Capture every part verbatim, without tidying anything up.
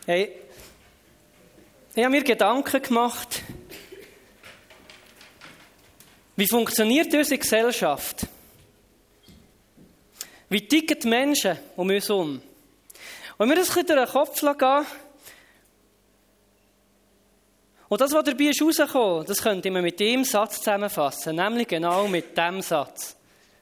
Hey, ich habe mir Gedanken gemacht, wie funktioniert unsere Gesellschaft? Wie ticken die Menschen um uns herum? Und mir das ein bisschen durch den Kopf gehen, und das, was dabei ist rausgekommen, das könnte man mit dem Satz zusammenfassen, nämlich genau mit diesem Satz.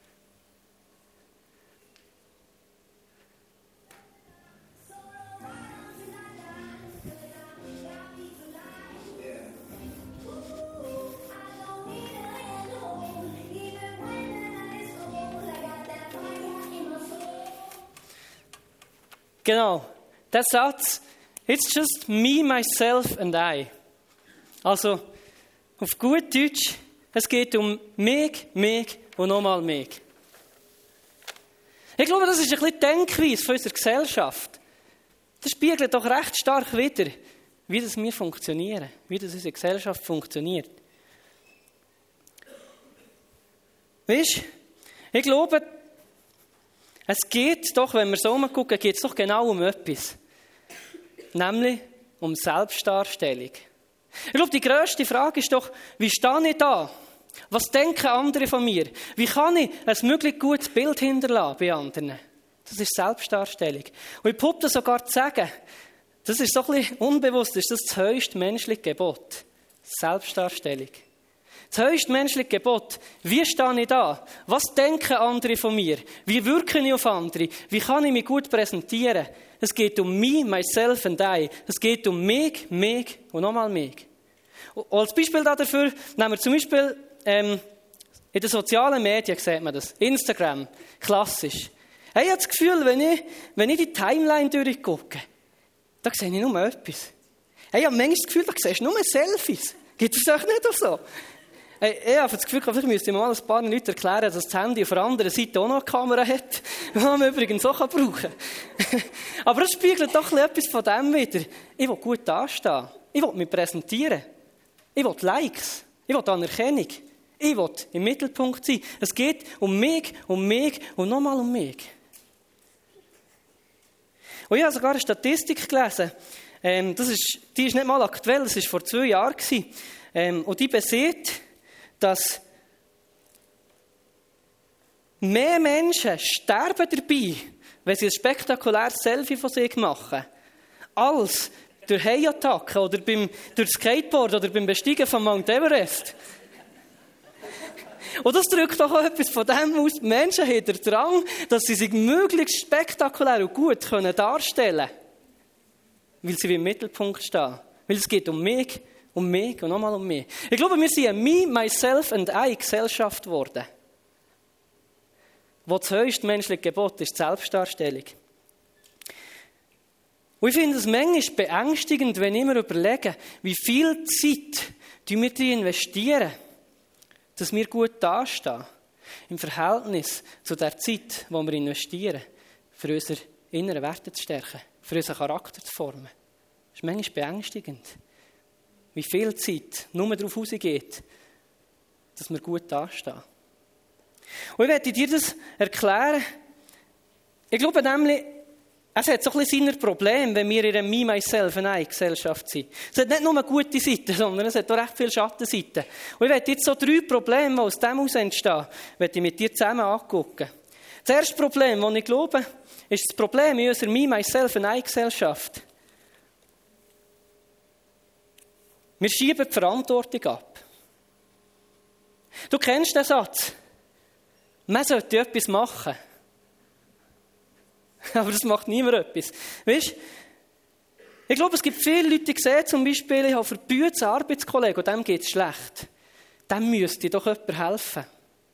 Genau, der Satz, it's just me, myself and I. Also, auf gut Deutsch, es geht um mich, mich und nochmal mich. Ich glaube, das ist ein bisschen die Denkweise von unserer Gesellschaft. Das spiegelt doch recht stark wider, wie das wir funktionieren, wie das unsere Gesellschaft funktioniert. Weißt du, ich glaube, es geht doch, wenn wir so umgucken, geht es doch genau um etwas. Nämlich um Selbstdarstellung. Ich glaube, die grösste Frage ist doch, wie stehe ich da? Was denken andere von mir? Wie kann ich ein möglichst gutes Bild hinterlassen bei anderen? Das ist Selbstdarstellung. Und ich behaupte sogar zu sagen, das ist so ein bisschen unbewusst, ist das das höchste menschliche Gebot. Selbstdarstellung. Das höchste menschliche Gebot. Wie stehe ich da? Was denken andere von mir? Wie wirke ich auf andere? Wie kann ich mich gut präsentieren? Es geht um me, myself and I. Es geht um mich, mich und nochmal mich. Und als Beispiel dafür nehmen wir zum Beispiel ähm, in den sozialen Medien, sieht man das. Instagram, klassisch. Hey, ich habe das Gefühl, wenn ich, wenn ich die Timeline durchgucke, da sehe ich nur etwas. Hey, ich habe manchmal das Gefühl, da siehst du nur Selfies. Geht es euch nicht so? Hey, ich habe das Gefühl, vielleicht müsste ich mal ein paar Leute erklären, dass das Handy auf der anderen Seite auch noch eine Kamera hat, die man übrigens auch brauchen kann. Aber es spiegelt doch etwas von dem wieder. Ich will gut dastehen. Ich will mich präsentieren. Ich will Likes. Ich will Anerkennung. Ich will im Mittelpunkt sein. Es geht um mich, um mich und nochmal um mich. Und ich habe sogar eine Statistik gelesen. Ähm, das ist, die ist nicht mal aktuell, das war vor zwei Jahren. Ähm, und die besagt, dass mehr Menschen sterben dabei, wenn sie ein spektakuläres Selfie von sich machen, als durch Haiattacken oder beim, durch Skateboard oder beim Besteigen von Mount Everest. Und das drückt doch auch etwas von dem aus. Die Menschen haben den Drang, dass sie sich möglichst spektakulär und gut können darstellen können, weil sie wie im Mittelpunkt stehen. Weil es geht um mich, um mich und nochmal um mich. Ich glaube, wir sind eine Me, Myself and I Gesellschaft geworden. Wo das höchste menschliche Gebot ist, die Selbstdarstellung. Und ich finde es manchmal beängstigend, wenn ich mir überlege, wie viel Zeit wir darin investieren, dass wir gut dastehen. Im Verhältnis zu der Zeit, die wir investieren, für unsere inneren Werte zu stärken, für unseren Charakter zu formen. Das ist manchmal beängstigend. Wie viel Zeit nur darauf rausgeht, dass wir gut dastehen. Und ich werde dir das erklären. Ich glaube nämlich, es hat so ein bisschen seine Probleme, wenn wir in einer Me, Myself and I Gesellschaft sind. Es hat nicht nur eine gute Seite, sondern es hat auch recht viele Schattenseiten. Und ich werde jetzt so drei Probleme, die aus dem heraus entstehen, werde ich mit dir zusammen angucken. Das erste Problem, das ich glaube, ist das Problem in unserer Me, Myself and I Gesellschaft. Wir schieben die Verantwortung ab. Du kennst den Satz. Man sollte etwas machen. Aber das macht niemand etwas. Weißt du, ich glaube, es gibt viele Leute, die sehen zum Beispiel, ich habe verbührten Arbeitskollegen und dem geht es schlecht. Dem müsste doch jemand helfen.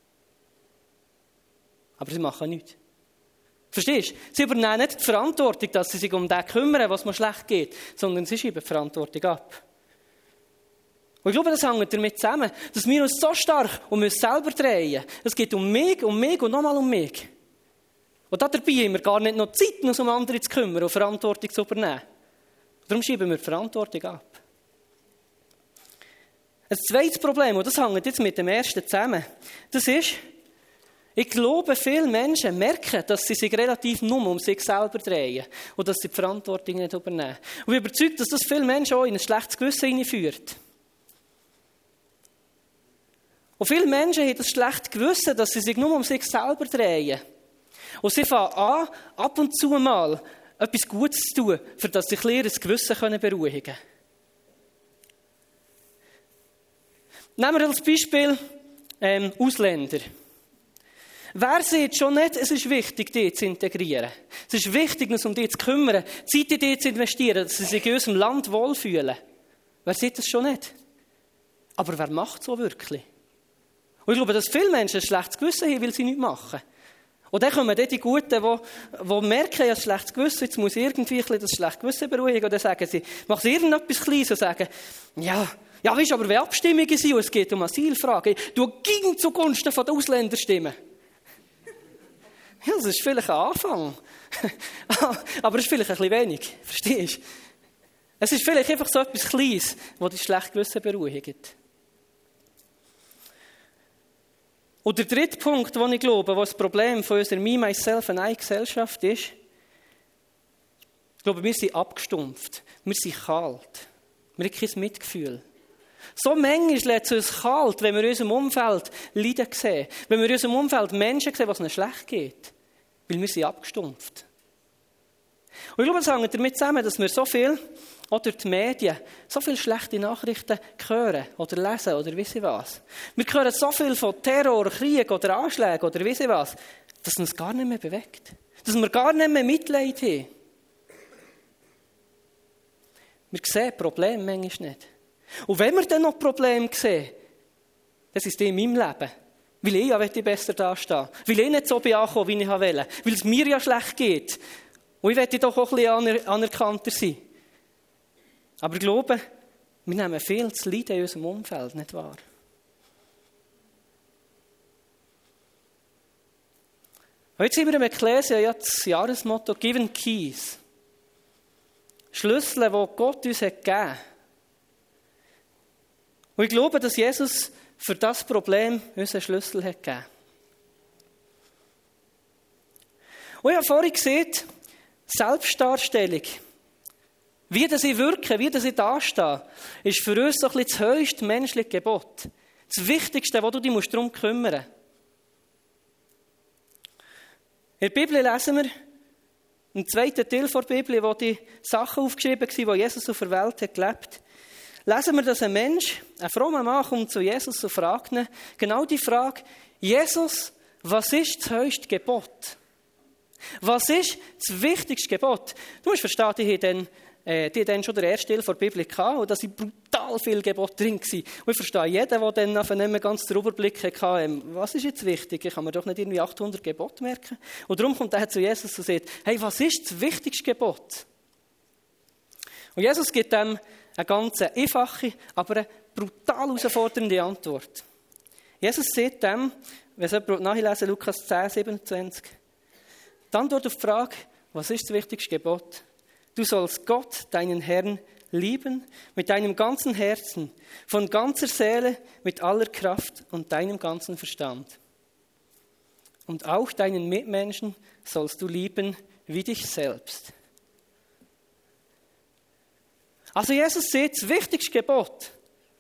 Aber sie machen nichts. Verstehst du? Sie übernehmen nicht die Verantwortung, dass sie sich um den kümmern, was mir schlecht geht, sondern sie schieben die Verantwortung ab. Und ich glaube, das hängt damit zusammen, dass wir uns so stark um uns selber drehen. Es geht um mich, um mich und nochmal um mich. Und dabei haben wir gar nicht noch Zeit, uns um andere zu kümmern und Verantwortung zu übernehmen. Darum schieben wir die Verantwortung ab. Ein zweites Problem, und das hängt jetzt mit dem ersten zusammen, das ist, Ich glaube, viele Menschen merken, dass sie sich relativ nur um sich selber drehen und dass sie die Verantwortung nicht übernehmen. Und ich bin überzeugt, dass das viele Menschen auch in ein schlechtes Gewissen hineinführt. Und viele Menschen haben das schlechte Gewissen, dass sie sich nur um sich selber drehen. Und sie fangen an, ab und zu mal etwas Gutes zu tun, für das sich ihr Gewissen beruhigen können. Nehmen wir als Beispiel ähm, Ausländer. Wer sieht schon nicht, es ist wichtig, die zu integrieren. Es ist wichtig, uns um die zu kümmern, Zeit in die zu investieren, dass sie sich in unserem Land wohlfühlen. Wer sieht das schon nicht? Aber wer macht es so wirklich? Und ich glaube, dass viele Menschen ein schlechtes Gewissen haben, weil sie nichts machen. Und dann kommen die Guten, die, die merken, ich habe ein schlechtes Gewissen, jetzt muss ich irgendwie ein das schlechtes Gewissen beruhigen. Und dann sagen sie, machen sie irgendetwas Kleines und sagen, ja, ja, weißt du, aber wenn Abstimmungen sind und es geht um Asylfragen, du gegen zugunsten der Ausländer stimmen. Ja, das ist vielleicht ein Anfang. Aber es ist vielleicht ein bisschen wenig. Verstehst du? Es ist vielleicht einfach so etwas Kleines, das dich schlecht Gewissen beruhigt. Und der dritte Punkt, den ich glaube, was das Problem von unserer Me, Myself and I-Gesellschaft ist, ich glaube, wir sind abgestumpft. Wir sind kalt. Wir haben kein Mitgefühl. So manchmal lässt es uns kalt, wenn wir in unserem Umfeld Leiden sehen. Wenn wir in unserem Umfeld Menschen sehen, was ihnen schlecht geht. Weil wir sind abgestumpft. Und ich glaube, das hängt damit zusammen, dass wir so viel, auch durch die Medien, so viele schlechte Nachrichten hören oder lesen oder weiss ich was. Wir hören so viel von Terror, Krieg oder Anschlägen oder weiss ich was, dass uns gar nicht mehr bewegt. Dass wir gar nicht mehr Mitleid haben. Wir sehen Probleme manchmal nicht. Und wenn wir dann noch Probleme sehen, das ist die in meinem Leben. Weil ich ja besser dastehen will. Weil ich nicht so bin angekommen, wie ich wollte. Weil es mir ja schlecht geht. Und ich möchte doch auch ein bisschen anerkannter sein. Aber ich glaube, wir nehmen viel zu Leiden in unserem Umfeld, nicht wahr? Heute sind wir im Ekklesia ja das Jahresmotto «Given Keys». Schlüssel, die Gott uns gegeben hat. Und ich glaube, dass Jesus für das Problem unseren Schlüssel hat gegeben. Und ich habe vorhin gesehen, Selbstdarstellung, wie das ich wirke, wie das ich dastehe, ist für uns so ein bisschen das höchste menschliche Gebot. Das Wichtigste, wo du dich darum kümmern musst. In der Bibel lesen wir, im zweiten Teil der Bibel, wo die Sachen aufgeschrieben waren, die Jesus auf der Welt hat gelebt, lesen wir, dass ein Mensch, ein frommer Mann, kommt zu Jesus und fragt ihn genau die Frage, Jesus, was ist das höchste Gebot? Was ist das wichtigste Gebot? Du musst verstehen, die haben dann, äh, die haben dann schon den ersten Teil der Bibel gehabt und da sind brutal viele Gebote drin gewesen. Und ich verstehe jeden, der dann einfach nicht mehr ganz den Überblick hatte, ähm, was ist jetzt wichtig? Ich kann mir doch nicht irgendwie achthundert Gebote merken. Und darum kommt er zu Jesus und sagt, hey, was ist das wichtigste Gebot? Und Jesus gibt dem eine ganz einfache, aber eine brutal herausfordernde Antwort. Jesus sagt dem, wenn Sie nachlesen, Lukas zehn, siebenundzwanzig, die Antwort auf die Frage, was ist das wichtigste Gebot? Du sollst Gott, deinen Herrn, lieben mit deinem ganzen Herzen, von ganzer Seele, mit aller Kraft und deinem ganzen Verstand. Und auch deinen Mitmenschen sollst du lieben wie dich selbst. Also Jesus sagt, das wichtigste Gebot,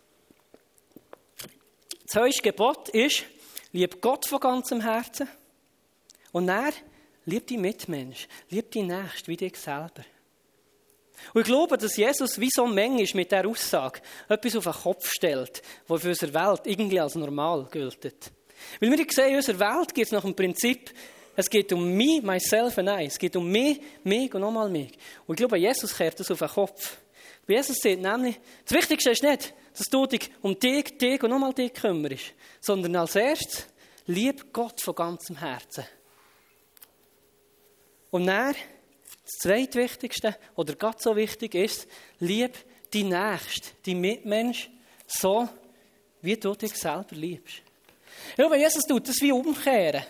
das höchste Gebot ist, lieb Gott von ganzem Herzen und er lieb die Mitmensch, lieb die Nächsten wie dich selber. Und ich glaube, dass Jesus wie so manchmal mit dieser Aussage etwas auf den Kopf stellt, was für unsere Welt irgendwie als normal gilt. Weil wir sehen, in unserer Welt geht es nach dem Prinzip, es geht um mich, myself and I. Es geht um mich, mich und nochmal mich. Und ich glaube, Jesus kehrt das auf den Kopf. Bei Jesus sagt nämlich, das Wichtigste ist nicht, dass du dich um dich, dich und nochmal dich kümmerst, sondern als erstes, lieb Gott von ganzem Herzen. Und dann, das zweitwichtigste, oder ganz so wichtig ist, lieb die Nächste, die Mitmensch, so, wie du dich selber liebst. Ich glaube, Jesus tut das wie umkehren.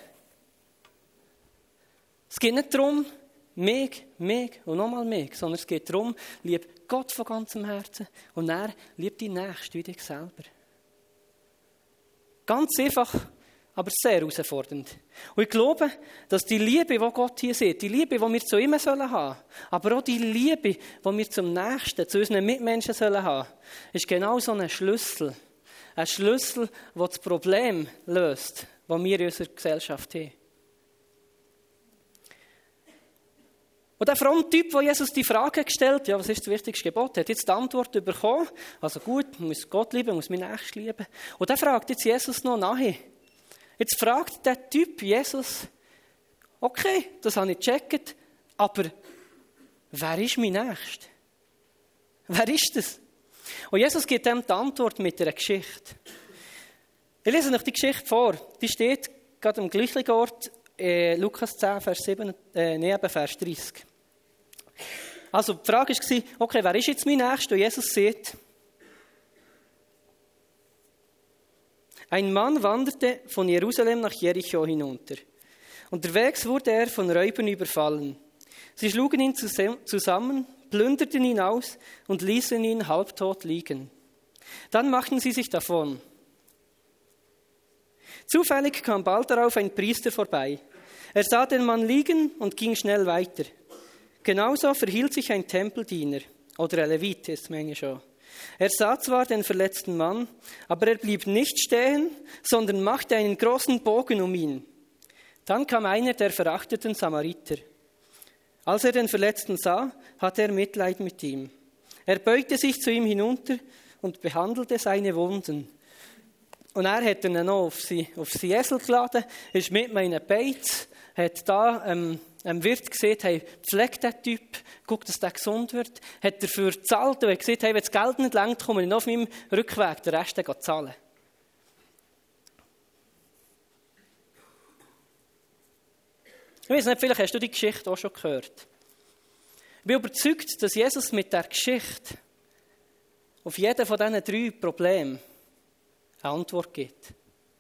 Es geht nicht darum, mich, mich und nochmal mich, sondern es geht darum, lieb Gott von ganzem Herzen und er liebt die Nächste wie dich selber. Ganz einfach, aber sehr herausfordernd. Und ich glaube, dass die Liebe, die Gott hier sieht, die Liebe, die wir zu ihm sollen haben, aber auch die Liebe, die wir zum Nächsten, zu unseren Mitmenschen sollen haben, ist genau so ein Schlüssel. Ein Schlüssel, der das Problem löst, das wir in unserer Gesellschaft haben. Und der fromme Typ, der Jesus die Frage gestellt hat, ja, was ist das wichtigste Gebot, hat jetzt die Antwort bekommen. Also gut, man muss Gott lieben, man muss meinen Nächsten lieben. Und dann fragt jetzt Jesus noch nachher. Jetzt fragt der Typ Jesus, okay, das habe ich gecheckt, aber wer ist mein Nächster? Wer ist das? Und Jesus gibt ihm die Antwort mit einer Geschichte. Ich lese euch die Geschichte vor. Die steht gerade am gleichen Ort, äh, Lukas zehn, Vers sieben, äh, neben Vers dreißig. Also die Frage war, okay, wer ist jetzt mein Nächster? Und Jesus sagt, ein Mann wanderte von Jerusalem nach Jericho hinunter. Unterwegs wurde er von Räubern überfallen. Sie schlugen ihn zusammen, plünderten ihn aus und ließen ihn halbtot liegen. Dann machten sie sich davon. Zufällig kam bald darauf ein Priester vorbei. Er sah den Mann liegen und ging schnell weiter. Genauso verhielt sich ein Tempeldiener, oder ein Levit ist meine schon. Er sah zwar den verletzten Mann, aber er blieb nicht stehen, sondern machte einen großen Bogen um ihn. Dann kam einer der verachteten Samariter. Als er den Verletzten sah, hatte er Mitleid mit ihm. Er beugte sich zu ihm hinunter und behandelte seine Wunden. Und er hat ihn noch auf sein, auf sein Esel geladen, ist mit mir in einen Beiz, hat da ähm, einem Wirt gesagt, hey, pflegt den Typ, guck, dass der gesund wird. Hat dafür gezahlt und hat gesagt, hey, wenn das Geld nicht reicht, komme ich noch auf meinem Rückweg den Rest zahlen. Ich weiß nicht, vielleicht hast du die Geschichte auch schon gehört. Ich bin überzeugt, dass Jesus mit der Geschichte auf jeden von diesen drei Problemen eine Antwort gibt.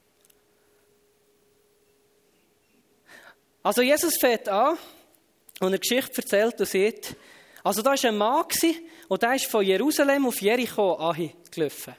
Also Jesus fängt an und eine Geschichte erzählt und sagt, also da war ein Mann und der ist von Jerusalem auf Jericho angelaufen.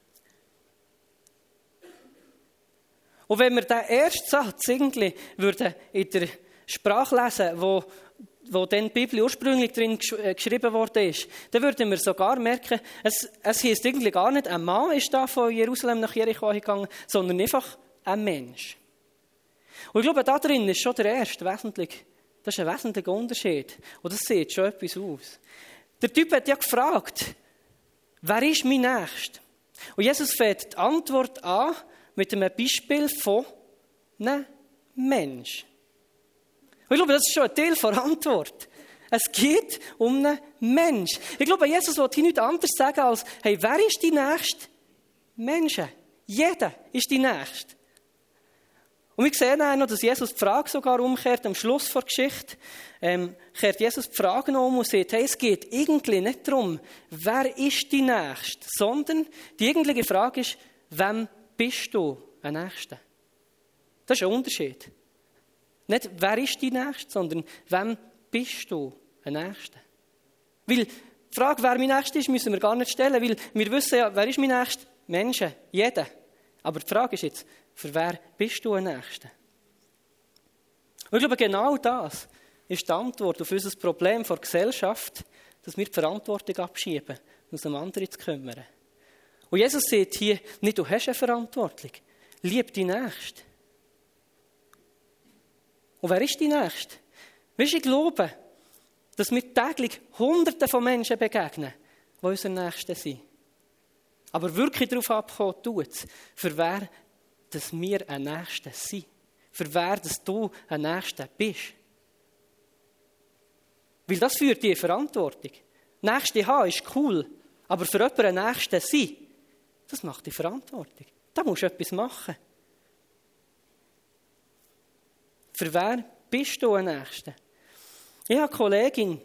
Und wenn wir den ersten Satz irgendwie würden in der Sprache lesen, wo, wo dann die Bibel ursprünglich drin geschrieben worden ist, dann würden wir sogar merken, es, es heisst irgendwie gar nicht, ein Mann ist da von Jerusalem nach Jericho gegangen, sondern einfach ein Mensch. Und ich glaube, da drin ist schon der erste wesentliche, das ist ein wesentlicher Unterschied. Und das sieht schon etwas aus. Der Typ hat ja gefragt, wer ist mein Nächster? Und Jesus fängt die Antwort an mit einem Beispiel von einem Mensch. Und ich glaube, das ist schon ein Teil der Antwort. Es geht um einen Mensch. Ich glaube, Jesus will hier nichts anderes sagen als, hey, wer ist die Nächste? Menschen. Jeder ist die Nächste. Und wir sehen auch noch, dass Jesus die Frage sogar umkehrt, am Schluss der Geschichte, ähm, kehrt Jesus die Frage noch um und sagt, hey, es geht irgendwie nicht darum, wer ist die Nächste, sondern die eigentliche Frage ist, wem bist du ein Nächster? Das ist ein Unterschied. Nicht, wer ist die Nächste, sondern wem bist du ein Nächster? Weil die Frage, wer mein Nächster ist, müssen wir gar nicht stellen, weil wir wissen ja, wer ist mein Nächster? Menschen, jeder. Aber die Frage ist jetzt, für wer bist du ein Nächster? Und ich glaube, genau das ist die Antwort auf unser Problem der Gesellschaft, dass wir die Verantwortung abschieben, uns um andere zu kümmern. Und Jesus sagt hier, nicht du hast eine Verantwortung, lieb die Nächste. Und wer ist die Nächste? Weißt du, ich glaube, dass wir täglich Hunderte von Menschen begegnen, die unsere Nächsten sind. Aber wirklich darauf abkommen tut es, für wer dass wir ein Nächster sind. Für wer dass du ein Nächster bist. Weil das führt dir Verantwortung. Nächste haben ist cool, aber für jemanden ein Nächster sein, das macht die Verantwortung. Da musst du etwas machen. Für wer bist du ein Nächster? Ich habe eine Kollegin,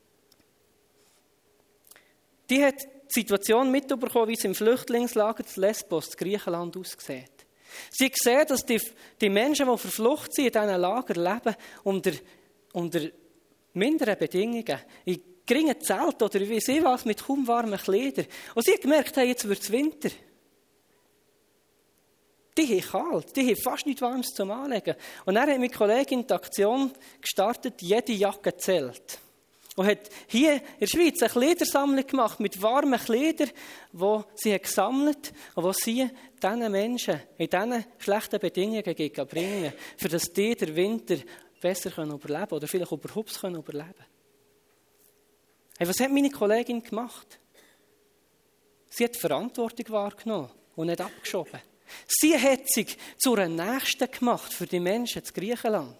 die hat die Situation mitbekommen, wie es im Flüchtlingslager zu Lesbos, in Griechenland, aussieht. Sie sehen, dass die, die Menschen, die verflucht sind, in diesen Lagern leben, unter, unter minderen Bedingungen, in geringen Zelten oder wie sie was, mit kaum warmen Kleidern. Und sie hat gemerkt, hey, jetzt wird es Winter. Die haben kalt, die haben fast nichts Warmes zum Anlegen. Und dann hat meine Kollegin die Aktion gestartet, jede Jacke zählt. Und hat hier in der Schweiz eine Kleidersammlung gemacht mit warmen Kleidern, die sie hat gesammelt und die sie diesen Menschen in diesen schlechten Bedingungen bringen, für dass die den Winter besser überleben können oder vielleicht überhaupt überleben können. Hey, was hat meine Kollegin gemacht? Sie hat die Verantwortung wahrgenommen und nicht abgeschoben. Sie hat sich zu einer Nächsten gemacht für die Menschen in Griechenland.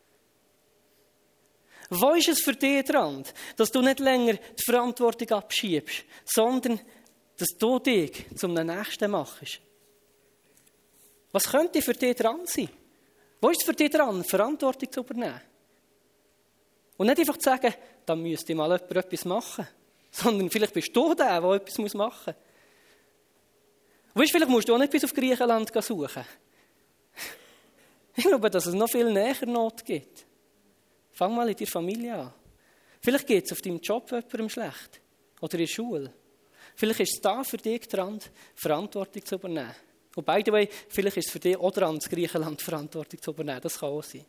Wo ist es für dich dran, dass du nicht länger die Verantwortung abschiebst, sondern dass du dich zum Nächsten machst? Was könnte für dich dran sein? Wo ist es für dich dran, Verantwortung zu übernehmen? Und nicht einfach zu sagen, da müsste mal jemand etwas machen, sondern vielleicht bist du der, der etwas machen muss. Weißt, vielleicht musst du auch nicht bis auf Griechenland suchen. Ich glaube, dass es noch viel näher Not gibt. Fang mal in deiner Familie an. Vielleicht geht es auf deinem Job jemandem schlecht. Oder in der Schule. Vielleicht ist es da für dich dran, Verantwortung zu übernehmen. Und by the way, vielleicht ist es für dich auch dran, das Griechenland Verantwortung zu übernehmen. Das kann auch sein.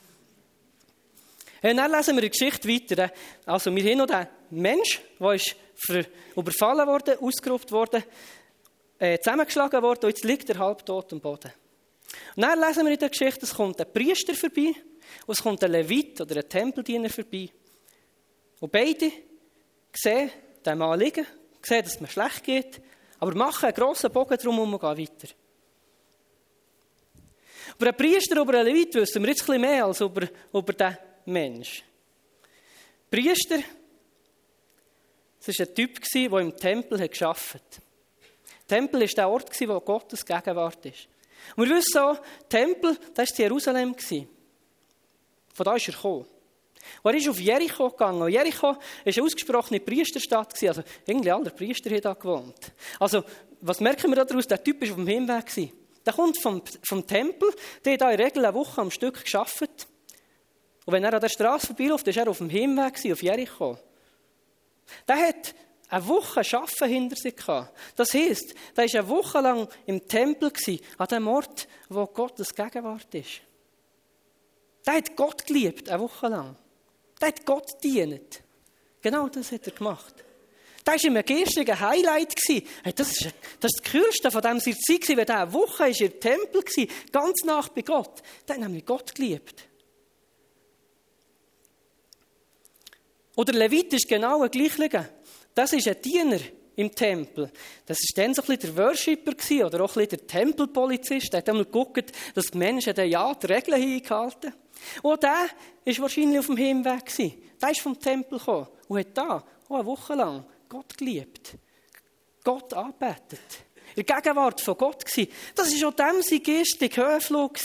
Und dann lesen wir die Geschichte weiter. Also wir haben noch den Mensch, der ist überfallen wurde, ausgeraubt wurde, äh, zusammengeschlagen wurde und jetzt liegt er halbtot am Boden. Und dann lesen wir in der Geschichte, es kommt ein Priester vorbei und es kommt ein Levit oder ein Tempeldiener vorbei. Und beide sehen den Mann liegen, sehen, dass es mir schlecht geht, aber machen einen grossen Bogen drum und gehen weiter. Über einen Priester oder einen Levit wissen wir jetzt ein bisschen mehr als über, über den Mensch. Der Priester, das war ein Typ, der im Tempel gearbeitet hat. Der Tempel war der Ort, wo Gottes Gegenwart ist. Und wir wissen auch, der Tempel, das war in Jerusalem. Von da ist er gekommen. Und er ist auf Jericho gegangen. Und Jericho war eine ausgesprochene Priesterstadt. Also irgendwie alle Priester haben da gewohnt. Also, was merken wir daraus? Der Typ war auf dem Hinweg. Der kommt vom, vom Tempel, der hat in der Regel eine Woche am Stück gearbeitet. Und wenn er an der Straße vorbeiläuft, ist er auf dem Hinweg auf Jericho. Der hat eine Woche Arbeiten hinter sich gehabt. Das heisst, der war eine Woche lang im Tempel, an dem Ort, wo Gottes Gegenwart ist. Der hat Gott geliebt, eine Woche lang. Der hat Gott gedient. Genau das hat er gemacht. Der war im geistigen Highlight. Das ist das, ist das Coolste von dem seiner Zeit, wenn er eine Woche ist im Tempel war, ganz nah bei Gott. Der hat nämlich Gott geliebt. Oder Levit ist genau ein Gleichlicher. Das ist ein Diener im Tempel. Das war dann so ein bisschen der Worshipper oder auch ein bisschen der Tempelpolizist. Der hat einmal geguckt, dass die Menschen dann ja die Regeln eingehalten haben. Und der war wahrscheinlich auf dem Hinweg. Der ist vom Tempel gekommen und hat da auch eine Woche lang Gott geliebt. Gott angebetet. In der Gegenwart von Gott gewesen. Das war auch dem sein geistiger Höhenflug.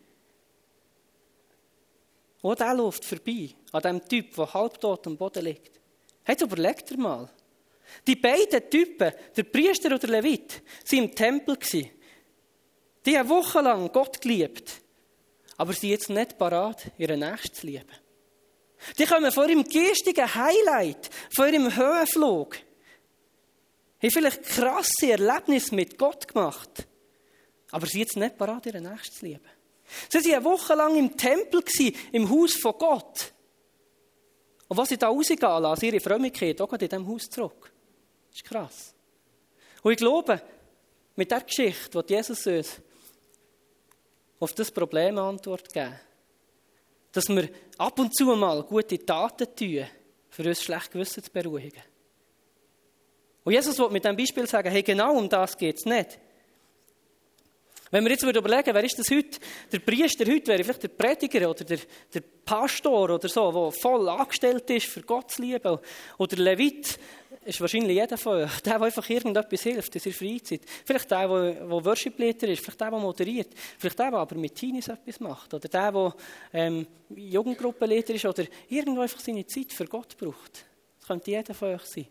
Und der läuft vorbei an dem Typ, der halbtot am Boden liegt. Jetzt überlegt er mal. Die beiden Typen, der Priester und der Levit, waren im Tempel. Die haben wochenlang Gott geliebt. Aber sie sind jetzt nicht parat, ihren Nächsten zu lieben. Die kommen vor ihrem geistigen Highlight, vor ihrem Höhenflug. Haben vielleicht krasse Erlebnisse mit Gott gemacht. Aber sie sind jetzt nicht parat, ihren Nächsten zu lieben. Sie waren eine Woche lang im Tempel, im Haus von Gott. Und was sie da rausgehen lassen, ihre Frömmigkeit, auch in diesem Haus zurück. Das ist krass. Und ich glaube, mit der Geschichte, die Jesus uns auf das Problem eine Antwort geben, dass wir ab und zu mal gute Taten tun, für uns schlecht Gewissen zu beruhigen. Und Jesus will mit diesem Beispiel sagen, hey, genau um das geht es nicht. Wenn wir jetzt überlegen, wer ist das heute? Der Priester heute wäre vielleicht der Prediger oder der, der Pastor oder so, der voll angestellt ist, für Gott zu lieben. Oder der Levit ist wahrscheinlich jeder von euch. Der, der einfach irgendetwas hilft in seiner Freizeit. Vielleicht der, der, der Worship-Leiter ist. Vielleicht der, der moderiert. Vielleicht der, der aber mit Teenies etwas macht. Oder der, der ähm, Jugendgruppenleiter ist. Oder irgendwo einfach seine Zeit für Gott braucht. Das könnte jeder von euch sein.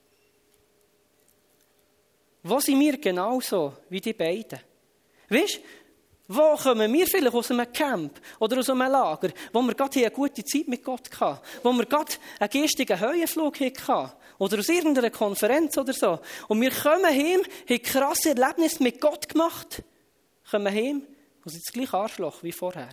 Wo sind wir genauso wie die beiden? Weißt du, wo kommen wir vielleicht aus einem Camp oder aus einem Lager, wo wir gerade eine gute Zeit mit Gott hatten, wo wir gerade einen geistigen Höhenflug hatten oder aus irgendeiner Konferenz oder so. Und wir kommen heim, haben krasse Erlebnisse mit Gott gemacht. kommen heim und sind das gleiche Arschloch wie vorher.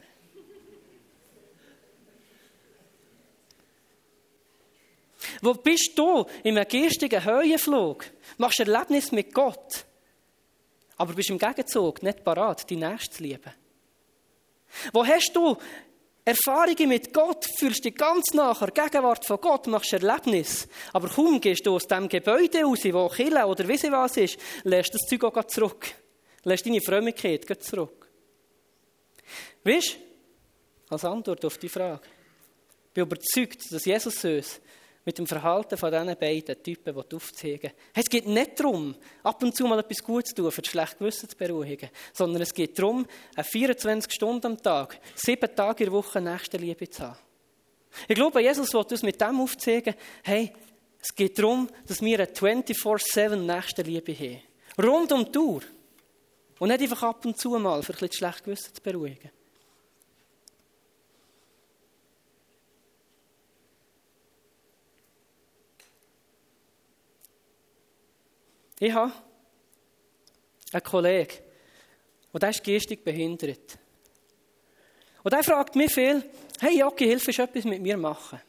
Wo bist du in einem geistigen Höhenflug? Machst ein Erlebnis mit Gott, aber bist im Gegenzug nicht parat, die Nächste zu lieben. Wo hast du Erfahrungen mit Gott, fühlst dich ganz nachher, Gegenwart von Gott, machst ein Erlebnis, aber kaum gehst du aus dem Gebäude raus, wo Kirche oder weiss ich was ist, lässt das Zeug auch zurück. Lässt deine Frömmigkeit zurück. Weißt du, als Antwort auf die Frage, ich bin überzeugt, dass Jesus uns mit dem Verhalten von diesen beiden Typen aufzeigen. Es geht nicht darum, ab und zu mal etwas Gutes zu tun, für das schlechte Gewissen zu beruhigen, sondern es geht darum, eine vierundzwanzig Stunden am Tag, sieben Tage in der Woche Nächstenliebe zu haben. Ich glaube, Jesus will uns mit dem aufzeigen, hey, es geht darum, dass wir eine vierundzwanzig sieben Nächstenliebe haben. Rund um die Uhr. Und nicht einfach ab und zu mal, für ein bisschen das schlechte Gewissen zu beruhigen. Ich habe einen Kollegen, und der ist geistig behindert. Und der fragt mich viel, hey Jogi, hilfst du etwas mit mir machen?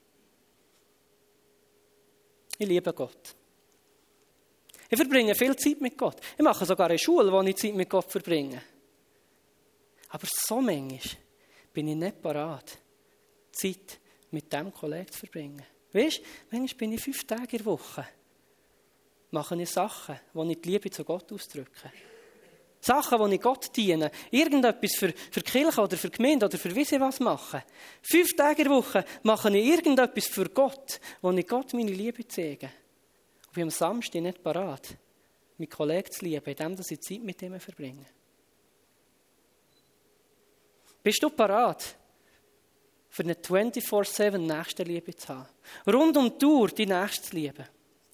Ich liebe Gott. Ich verbringe viel Zeit mit Gott. Ich mache sogar eine Schule, wo ich Zeit mit Gott verbringe. Aber so manchmal bin ich nicht parat, Zeit mit diesem Kollegen zu verbringen. Weißt du, manchmal bin ich fünf Tage in der Woche. Mache ich Sachen, wo ich die Liebe zu Gott ausdrücke. Sachen, wo ich Gott diene. Irgendetwas für, für die Kirche oder für die Gemeinde oder für weiss ich was machen. Fünf Tage in der Woche mache ich irgendetwas für Gott, wo ich Gott meine Liebe zeige. Und bin am Samstag nicht parat, meinen Kollegen zu lieben, indem ich Zeit mit ihm verbringe. Bist du parat, für eine vierundzwanzig sieben Nächstenliebe zu haben? Rund um die Uhr die Nächste zu lieben.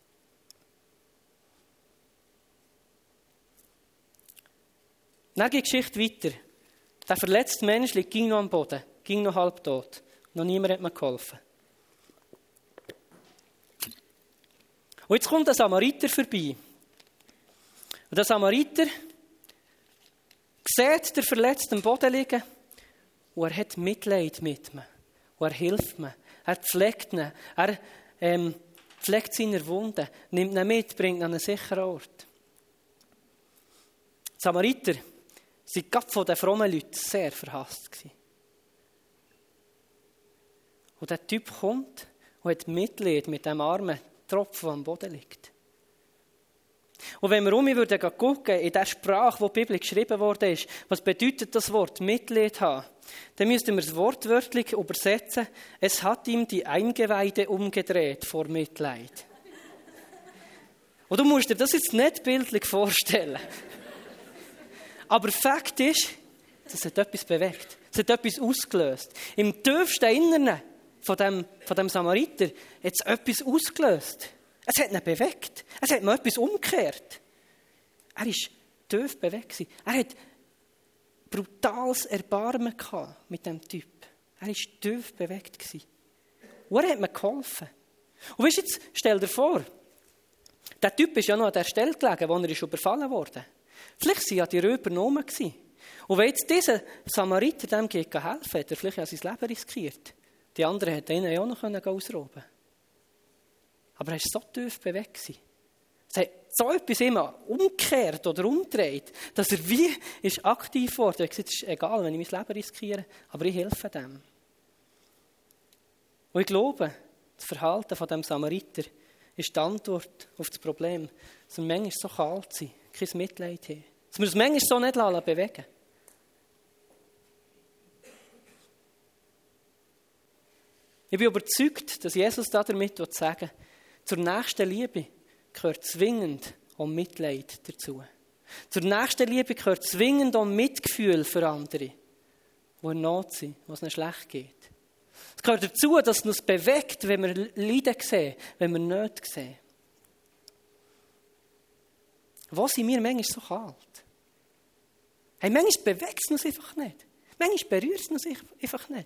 Dann geht die Geschichte weiter. Der verletzte Mensch liegt ging noch am Boden, ging noch halbtot. Noch niemand hat mir geholfen. Und jetzt kommt ein Samariter vorbei. Und der Samariter sieht den Verletzten am Boden liegen und er hat Mitleid mit ihm. Und er hilft ihm. Er pflegt ihn. Er ähm, pflegt seine Wunden, nimmt ihn mit, bringt ihn an einen sicheren Ort. Die Samariter waren gerade von den frommen Leuten sehr verhasst. Und der Typ kommt und hat Mitleid mit dem armen Tropfen, der am Boden liegt. Und wenn wir um mich würden gucken, in der Sprache, wo die Bibel geschrieben worden ist, was bedeutet das Wort Mitleid haben, dann müssten wir es wortwörtlich übersetzen. Es hat ihm die Eingeweide umgedreht vor Mitleid. Und du musst dir das jetzt nicht bildlich vorstellen. Aber Fakt ist, das hat etwas bewegt. Es hat etwas ausgelöst. Im tiefsten Inneren von dem, von dem Samariter hat es etwas ausgelöst. Es hat ihn bewegt. Es hat mal etwas umgekehrt. Er war tief bewegt. Er hat brutales Erbarmen gehabt mit diesem Typ. Er war tief bewegt. Und er hat mir geholfen. Und weißt du, jetzt stell dir vor, der Typ ist ja noch an der Stelle gelegen, wo er ist überfallen wurde. Vielleicht waren ja die Räuber noch rum. Und wenn jetzt dieser Samariter dem geht helfen, hat er vielleicht ja sein Leben riskiert. Die anderen hätten ihn ja auch noch ausrauben. Aber er war so tief bewegt. Es hat so etwas immer umgekehrt oder umgedreht, dass er wie ist aktiv wurde. Er hat gesagt, es ist egal, wenn ich mein Leben riskiere, aber ich helfe dem. Und ich glaube, das Verhalten von dem Samariter ist die Antwort auf das Problem, dass wir manchmal so kalt sind, kein Mitleid haben. Dass wir uns manchmal so nicht bewegen lassen. Ich bin überzeugt, dass Jesus damit sagen will, zur nächsten Liebe gehört zwingend auch Mitleid dazu. Zur nächsten Liebe gehört zwingend auch Mitgefühl für andere, die in Not sind, wo es ihnen schlecht geht. Es gehört dazu, dass es uns bewegt, wenn wir Leiden sehen, wenn wir Nöte sehen. Wo sind wir manchmal so kalt? Hey, manchmal bewegt es uns einfach nicht. Manchmal berührt es uns einfach nicht.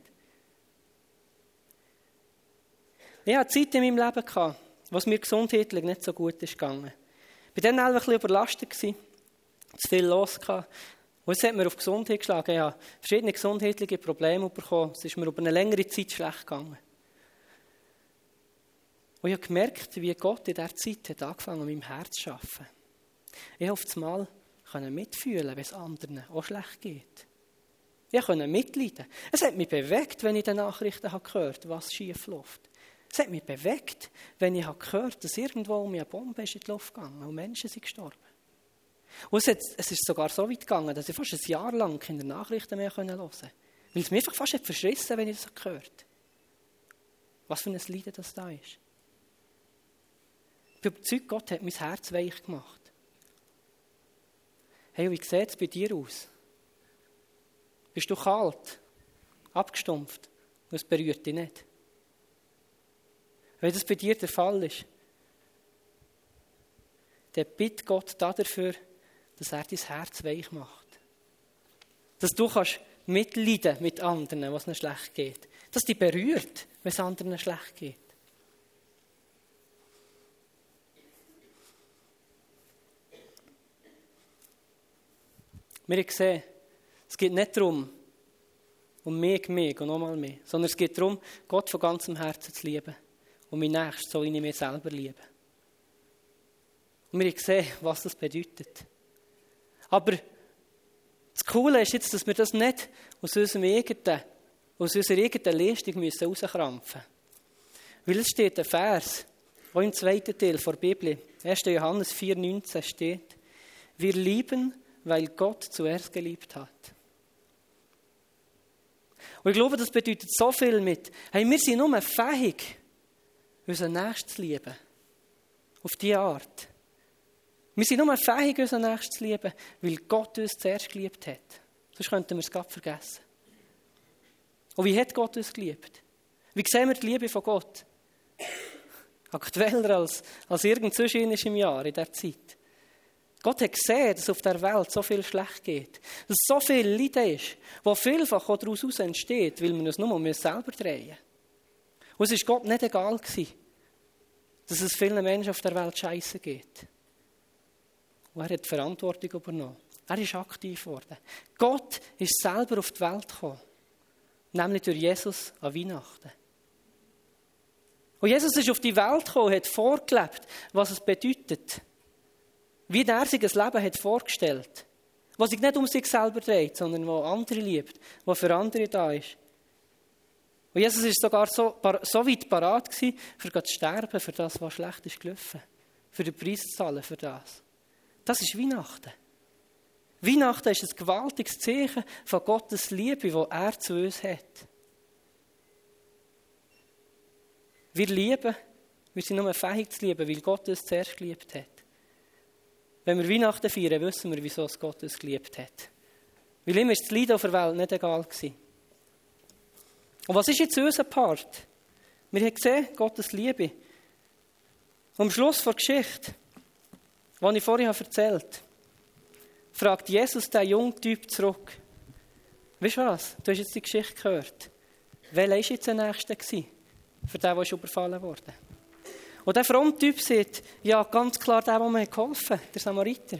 Ich hatte Zeit in meinem Leben, wo es mir gesundheitlich nicht so gut ist gegangen. Ich war dann ein bisschen überlastet, zu viel los. Und es hat mir auf die Gesundheit geschlagen. Ich habe verschiedene gesundheitliche Probleme bekommen. Es ist mir über eine längere Zeit schlecht gegangen. Und ich habe gemerkt, wie Gott in dieser Zeit hat angefangen, an meinem Herz zu arbeiten. Ich konnte mal mitfühlen, wenn es anderen auch schlecht geht. Ich konnte mitleiden. Es hat mich bewegt, wenn ich die Nachrichten gehört habe, was schief läuft. Es hat mich bewegt, wenn ich gehört habe, dass irgendwo um mich eine Bombe ist in die Luft gegangen und Menschen sind gestorben. Und es, hat, es ist sogar so weit gegangen, dass ich fast ein Jahr lang keine Nachrichten mehr hören konnte. Weil es mich einfach fast hat verschrissen, wenn ich das gehört habe. Was für ein Leiden das da ist. Ich bin überzeugt, Gott hat mein Herz weich gemacht. Hey, wie sieht es bei dir aus? Bist du kalt, abgestumpft und es berührt dich nicht? Wenn das bei dir der Fall ist, dann bitte Gott dafür, dass er dein Herz weich macht. Dass du kannst mitleiden mit anderen, was ihnen schlecht geht. Dass dich berührt, wenn es anderen schlecht geht. Wir haben gesehen, es geht nicht darum, um mich, mich und nochmal mehr, sondern es geht darum, Gott von ganzem Herzen zu lieben und mein Nächsten so, wie ich mich selber liebe. Und wir haben gesehen, was das bedeutet. Aber das Coole ist jetzt, dass wir das nicht aus unserem eigenen, aus unserer eigenen Leistung müssen rauskrampfen müssen. Weil es steht ein Vers, auch im zweiten Teil der Bibel, erster Johannes vier neunzehn steht, wir lieben, weil Gott zuerst geliebt hat. Und ich glaube, das bedeutet so viel mit. Hey, wir sind nur fähig, unseren Nächsten zu lieben. Auf diese Art. Wir sind nur fähig, unseren Nächsten zu lieben, weil Gott uns zuerst geliebt hat. Sonst könnten wir es gerade vergessen. Und wie hat Gott uns geliebt? Wie sehen wir die Liebe von Gott? Aktueller als, als irgend sonst im Jahr, in dieser Zeit. Gott hat gesehen, dass auf der Welt so viel schlecht geht. Dass so viel Leid ist, wo vielfach auch daraus entsteht, weil wir uns nur um uns selber drehen. Und es war Gott nicht egal gewesen, dass es vielen Menschen auf der Welt scheiße geht. Und er hat die Verantwortung übernommen. Er ist aktiv geworden. Gott ist selber auf die Welt gekommen. Nämlich durch Jesus an Weihnachten. Und Jesus ist auf die Welt gekommen, hat vorgelebt, was es bedeutet. Wie er sich ein Leben hat vorgestellt. Was sich nicht um sich selber dreht, sondern wo andere liebt, wo für andere da ist. Und Jesus war sogar so, so weit parat gewesen, für zu sterben, für das, was schlecht ist gelaufen. Für den Preis zu zahlen, für das. Das ist Weihnachten. Weihnachten ist ein gewaltiges Zeichen von Gottes Liebe, die er zu uns hat. Wir lieben, wir sind nur fähig zu lieben, weil Gott uns zuerst geliebt hat. Wenn wir Weihnachten feiern, wissen wir, wieso es Gott uns geliebt hat. Weil ihm ist das Leiden auf der Welt nicht egal gewesen. Und was ist jetzt unser Part? Wir haben gesehen, Gottes Liebe. Und am Schluss der Geschichte, die ich vorhin erzählt habe, fragt Jesus den jungen Typ zurück. Weißt du was? Du hast jetzt die Geschichte gehört. Welcher war jetzt der Nächste gewesen, für den, der ist überfallen wurde? Und der fromme Typ sagt, ja, ganz klar der, der mir geholfen hat, der Samariter.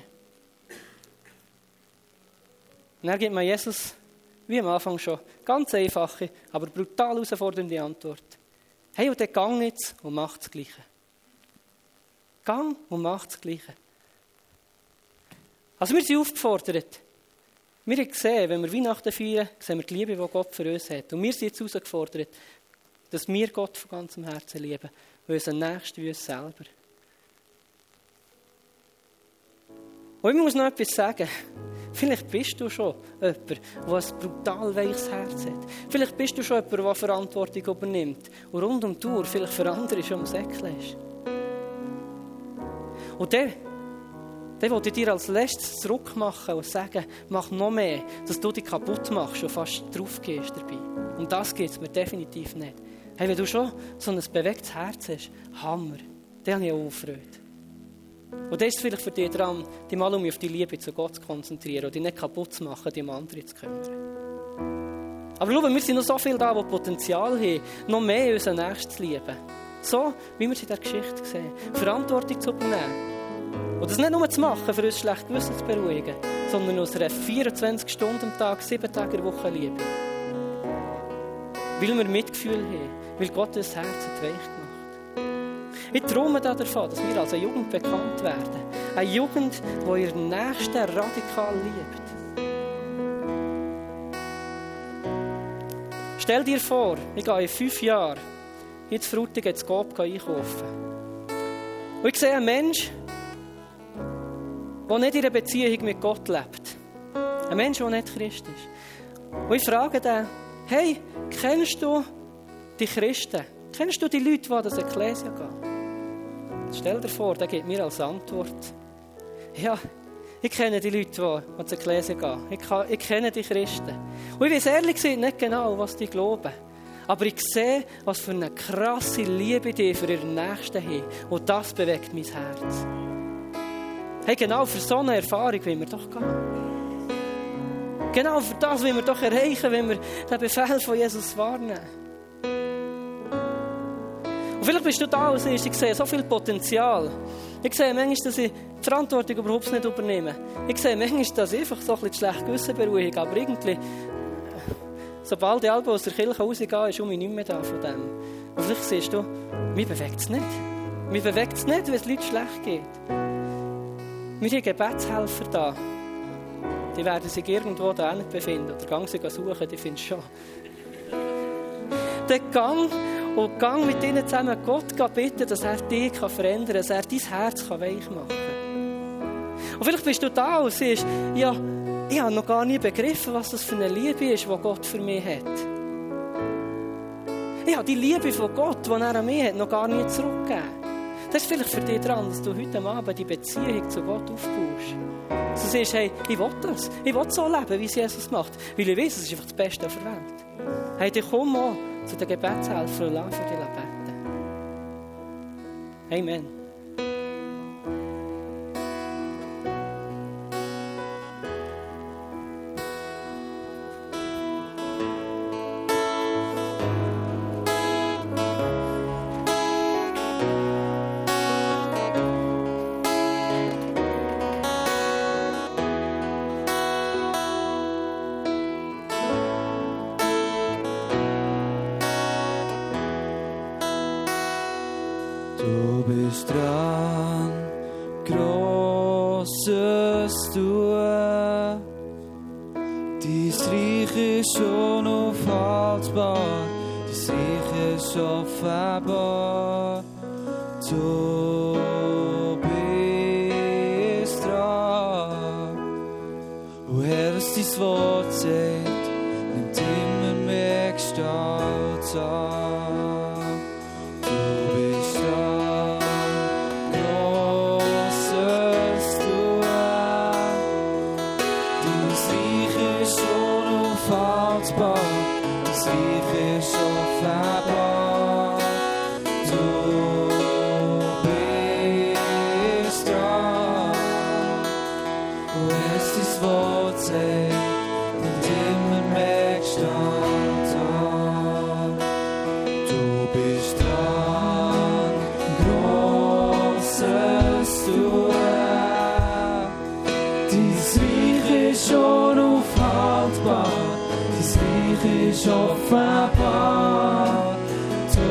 Und dann gibt mir Jesus, wie am Anfang schon, ganz einfache, aber brutal herausfordernde Antwort. Hey, und dann gang jetzt und mach das Gleiche. Gang und mach das Gleiche. Also wir sind aufgefordert. Wir haben gesehen, wenn wir Weihnachten feiern, sehen wir die Liebe, die Gott für uns hat. Und wir sind jetzt herausgefordert, dass wir Gott von ganzem Herzen lieben. Und unseren Nächsten wie uns selber. Und ich muss noch etwas sagen. Vielleicht bist du schon jemand, der ein brutal weiches Herz hat. Vielleicht bist du schon jemand, der Verantwortung übernimmt. Und rund um die Tour vielleicht für andere schon am Säckchen ist. Und der, der will dir als letztes zurückmachen und sagen, mach noch mehr, dass du dich kaputt machst und fast drauf gehst dabei. Und das geht es mir definitiv nicht. Hey, wenn du schon so ein bewegtes Herz hast, Hammer, dann habe ich auch Freude. Und das ist vielleicht für dich dran, dich mal um auf die Liebe zu Gott zu konzentrieren und dich nicht kaputt zu machen, dich um andere zu kümmern. Aber schau, wir sind noch so viele da, die Potenzial haben, noch mehr unseren Nächsten zu lieben. So, wie wir es in dieser Geschichte sehen. Verantwortung zu übernehmen. Und das nicht nur zu machen, für uns schlecht Gewissen zu beruhigen, sondern aus einer vierundzwanzig Stunden am Tag, sieben Tage in der Woche Liebe. Weil wir Mitgefühl haben, weil Gott das Herz weich gemacht. Ich träume davon, dass wir als eine Jugend bekannt werden. Eine Jugend, die ihren Nächsten radikal liebt. Stell dir vor, ich gehe in fünf Jahren in Frutigen ins Coop einkaufen. Und ich sehe einen Menschen, der nicht in einer Beziehung mit Gott lebt. Ein Mensch, der nicht Christ ist. Und ich frage den, hey, kennst du die Christen? Kennst du die Leute, die an das Ekklesia gehen? Stell dir vor, der gibt mir als Antwort, ja, ich kenne die Leute, die an das Ekklesia gehen. Ich, kann, ich kenne die Christen. Und ich weiß ehrlich gesagt nicht genau, was die glauben. Aber ich sehe, was für eine krasse Liebe die für ihren Nächsten haben. Und das bewegt mein Herz. Hey, genau für so eine Erfahrung wollen wir doch gehen. Genau für das wollen wir doch erreichen, wenn wir den Befehl von Jesus wahrnehmen. Und vielleicht bist du da und siehst, ich sehe so viel Potenzial. Ich sehe manchmal, dass ich die Verantwortung überhaupt nicht übernehme. Ich sehe manchmal, dass ich einfach so ein bisschen schlecht Gewissen beruhige. Aber irgendwie, sobald ich aus der Kirche rausgehe, ist um mich nicht mehr da von dem. Und vielleicht siehst du, mich bewegt es nicht. Mich bewegt es nicht, wenn es Leuten schlecht geht. Wir haben Gebetshelfer da. Die werden sich irgendwo da nicht befinden. Oder gang sie suchen, die findest du schon. Dann gang und gang mit ihnen zusammen Gott bitten, dass er dich verändern kann, dass er dein Herz weich machen kann. Und vielleicht bist du da und siehst, ja, ich habe noch gar nie begriffen, was das für eine Liebe ist, die Gott für mich hat. Ich habe die Liebe von Gott, die er an mich hat, noch gar nie zurückgegeben. Das ist vielleicht für dich dran, dass du heute Abend die Beziehung zu Gott aufbaust. Dass du siehst, hey, ich will das. Ich will so leben, wie es Jesus macht. Weil ich weiß, es ist einfach das Beste auf der Welt. Hey, dann komm mal zu den Gebetshelfern und lass für dich beten. Amen. Du bist dran, Grosses tun. Dein Reich ist unaufhaltbar, dein Reich ist offenbar. Du bist dran. Und Herr, was dein Wort sagt, nimmt immer mehr Gestalt an. Ist offenbar, du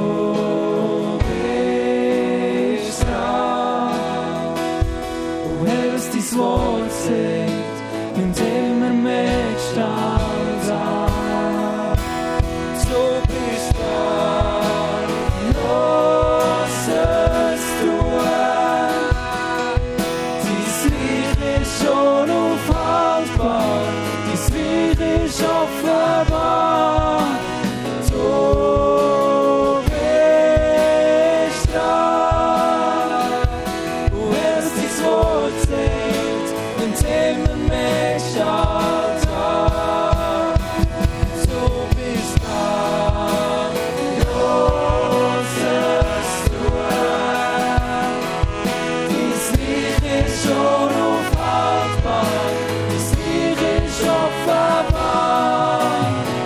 bist dran. Und Herr, was dein Wort sagt, nimmt immer mehr Gestalt an. Du bist dran, Großes tun. Dein Reich ist unaufhaltbar, dein Reich ist offenbar. Offenbar.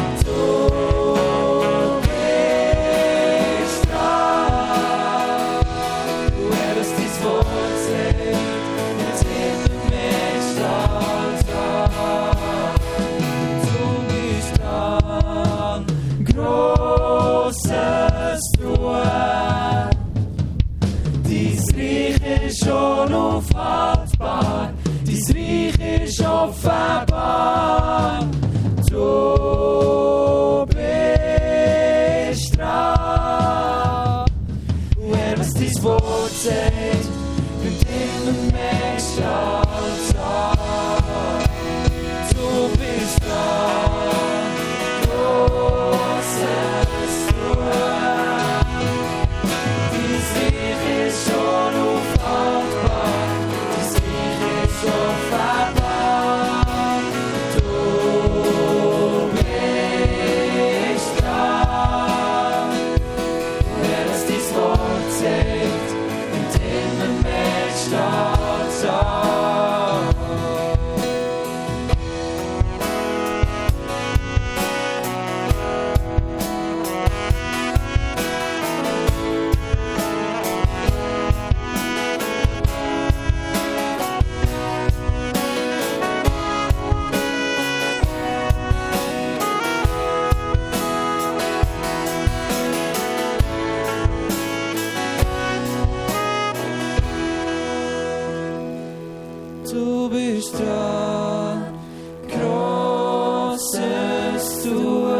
Gutes tun.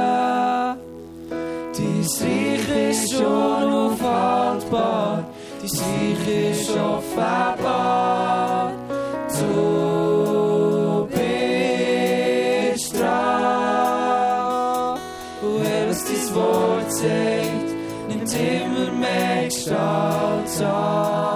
Dein Reich ist unaufhaltbar, dein Reich ist offenbar. Du bist dran. Und was dein Wort sagt, nimmt immer mehr Gestalt an.